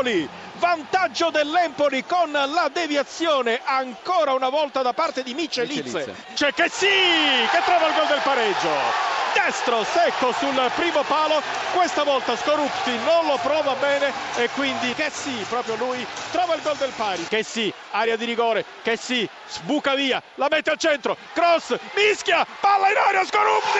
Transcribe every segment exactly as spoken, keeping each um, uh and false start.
Empoli, vantaggio dell'Empoli con la deviazione ancora una volta da parte di Michelizze. C'è che sì, che trova il gol del pareggio. Destro secco sul primo palo, questa volta Skorupski non lo prova bene e quindi che sì, proprio lui trova il gol del pari. Che sì, area di rigore, che sì, sbuca via, la mette al centro, cross, mischia, palla in aria, Skorupski,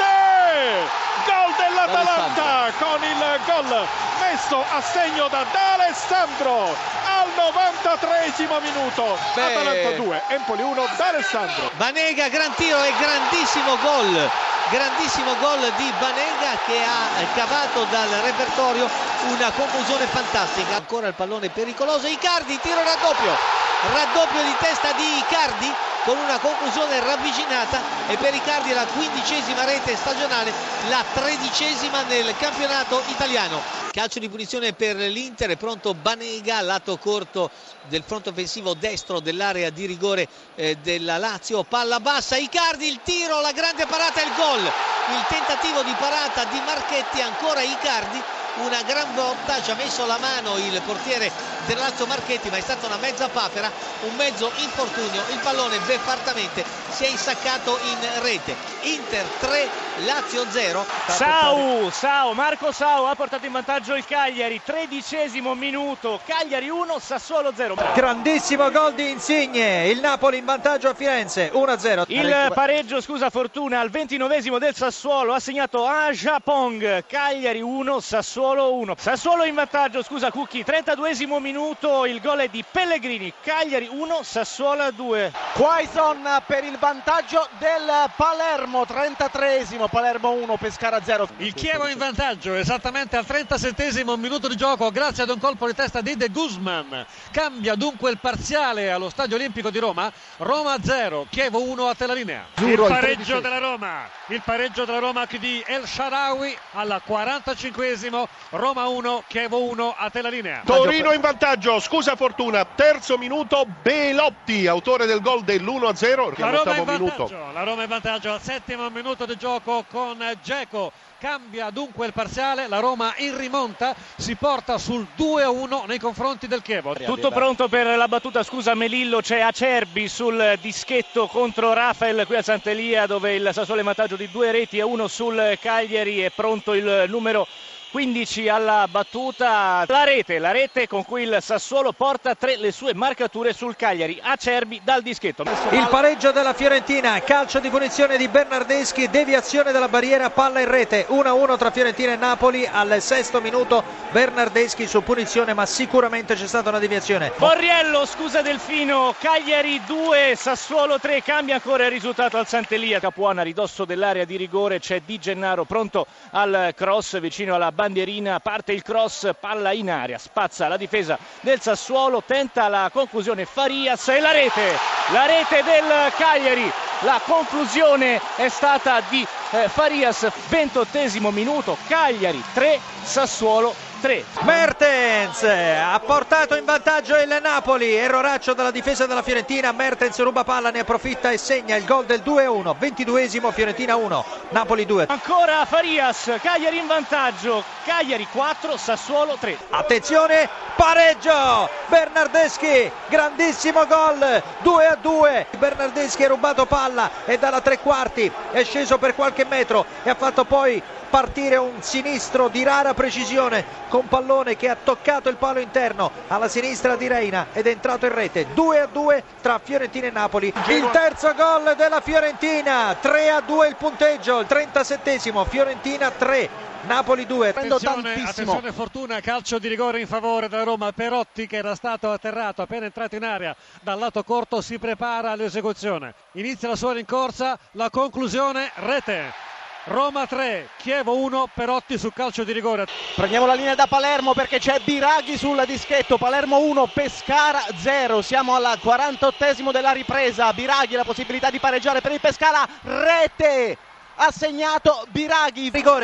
rete! Gol dell'Atalanta con il gol messo a segno da D'Alessandro al novantatreesimo minuto. Beh. Atalanta due, Empoli uno, D'Alessandro. Banega, gran tiro e grandissimo gol. Grandissimo gol di Banega che ha cavato dal repertorio una conclusione fantastica. Ancora il pallone pericoloso, Icardi, tiro raddoppio, raddoppio di testa di Icardi con una conclusione ravvicinata e per Icardi la quindicesima rete stagionale, la tredicesima nel campionato italiano. Calcio di punizione per l'Inter, è pronto Banega, lato corto del fronte offensivo destro dell'area di rigore eh, della Lazio, palla bassa, Icardi, il tiro, la grande parata e il gol. Il tentativo di parata di Marchetti, ancora Icardi, una gran botta, ci ha messo la mano il portiere del Lazio Marchetti, ma è stata una mezza papera, un mezzo infortunio, il pallone beffartamente si è insaccato in rete. Inter tre, Lazio zero. Sau, Sau, Marco Sau ha portato in vantaggio il Cagliari, tredicesimo minuto, Cagliari uno, Sassuolo zero. Grandissimo gol di Insigne, il Napoli in vantaggio a Firenze, uno a zero. Il pareggio, scusa Fortuna, al ventinovesimo del Sassuolo ha segnato Ajapong, Cagliari uno, Sassuolo uno. Sassuolo in vantaggio, scusa Cucchi, trentaduesimo minuto, il gol è di Pellegrini, Cagliari uno, Sassuolo due. Quaison per il vantaggio del Palermo, trentatreesimo, Palermo uno, Pescara zero. Il Chievo in vantaggio esattamente al trentasettesimo minuto di gioco grazie ad un colpo di testa di De Guzman. Cambia dunque il parziale allo Stadio Olimpico di Roma, Roma zero, Chievo uno a te la linea. Il pareggio della Roma, il pareggio della Roma di El Shaarawy al quarantacinquesimo, Roma uno, Chievo uno a te la linea. Torino in vantaggio, scusa Fortuna, terzo minuto, Belotti, autore del gol dell'uno a zero. La Roma in vantaggio, la Roma in vantaggio al settimo minuto di gioco con Dzeko. Cambia dunque il parziale, la Roma in rimonta, si porta sul due a uno nei confronti del Chievo. Tutto pronto per la battuta, scusa Melillo, c'è Acerbi sul dischetto contro Rafael qui a Sant'Elia, dove il Sassuolo è in vantaggio di due reti a uno sul Cagliari. È pronto il numero quindici alla battuta, la rete, la rete con cui il Sassuolo porta tre le sue marcature sul Cagliari. Acerbi dal dischetto. Il pareggio della Fiorentina, calcio di punizione di Bernardeschi, deviazione della barriera, palla in rete, uno a uno tra Fiorentina e Napoli al sesto minuto. Bernardeschi su punizione, ma sicuramente c'è stata una deviazione. Borriello, scusa Delfino, Cagliari due, Sassuolo tre, cambia ancora il risultato al Sant'Elia. Capuana, ridosso dell'area di rigore, c'è Di Gennaro pronto al cross vicino alla bandierina, parte il cross, palla in aria, spazza la difesa del Sassuolo, tenta la conclusione Farias e la rete, la rete del Cagliari. La conclusione è stata di eh, Farias, ventottesimo minuto, Cagliari tre, Sassuolo tre. Mertens ha portato in vantaggio il Napoli, erroraccio dalla difesa della Fiorentina, Mertens ruba palla, ne approfitta e segna il gol del due a uno, ventiduesimo, Fiorentina uno, Napoli due. Ancora Farias, Cagliari in vantaggio, Cagliari quattro, Sassuolo tre. Attenzione, pareggio, Bernardeschi, grandissimo gol, due a due, Bernardeschi ha rubato palla e dalla tre quarti è sceso per qualche metro e ha fatto poi partire un sinistro di rara precisione con pallone che ha toccato il palo interno alla sinistra di Reina ed è entrato in rete. Due a due tra Fiorentina e Napoli. Il terzo gol della Fiorentina, tre a due il punteggio, il trentasettesimo, Fiorentina tre, Napoli due. Attenzione, attenzione Fortuna, calcio di rigore in favore della Roma. Perotti, che era stato atterrato appena entrato in area dal lato corto, si prepara all'esecuzione, inizia la sua rincorsa, la conclusione, rete. Roma tre, Chievo uno, Perotti sul calcio di rigore. Prendiamo la linea da Palermo perché c'è Biraghi sul dischetto. Palermo uno, Pescara zero. Siamo al quarantottesimo della ripresa. Biraghi, la possibilità di pareggiare per il Pescara, rete, ha segnato Biraghi. Rigore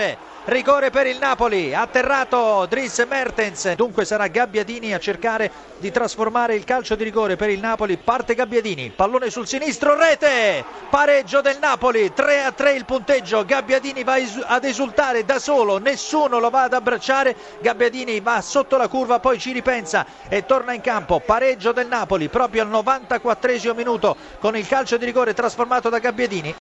rigore per il Napoli, atterrato Dries Mertens, dunque sarà Gabbiadini a cercare di trasformare il calcio di rigore per il Napoli. Parte Gabbiadini, pallone sul sinistro, rete, pareggio del Napoli, tre a tre il punteggio. Gabbiadini va ad esultare da solo, nessuno lo va ad abbracciare, Gabbiadini va sotto la curva, poi ci ripensa e torna in campo. Pareggio del Napoli proprio al novantaquattresimo minuto con il calcio di rigore trasformato da Gabbiadini.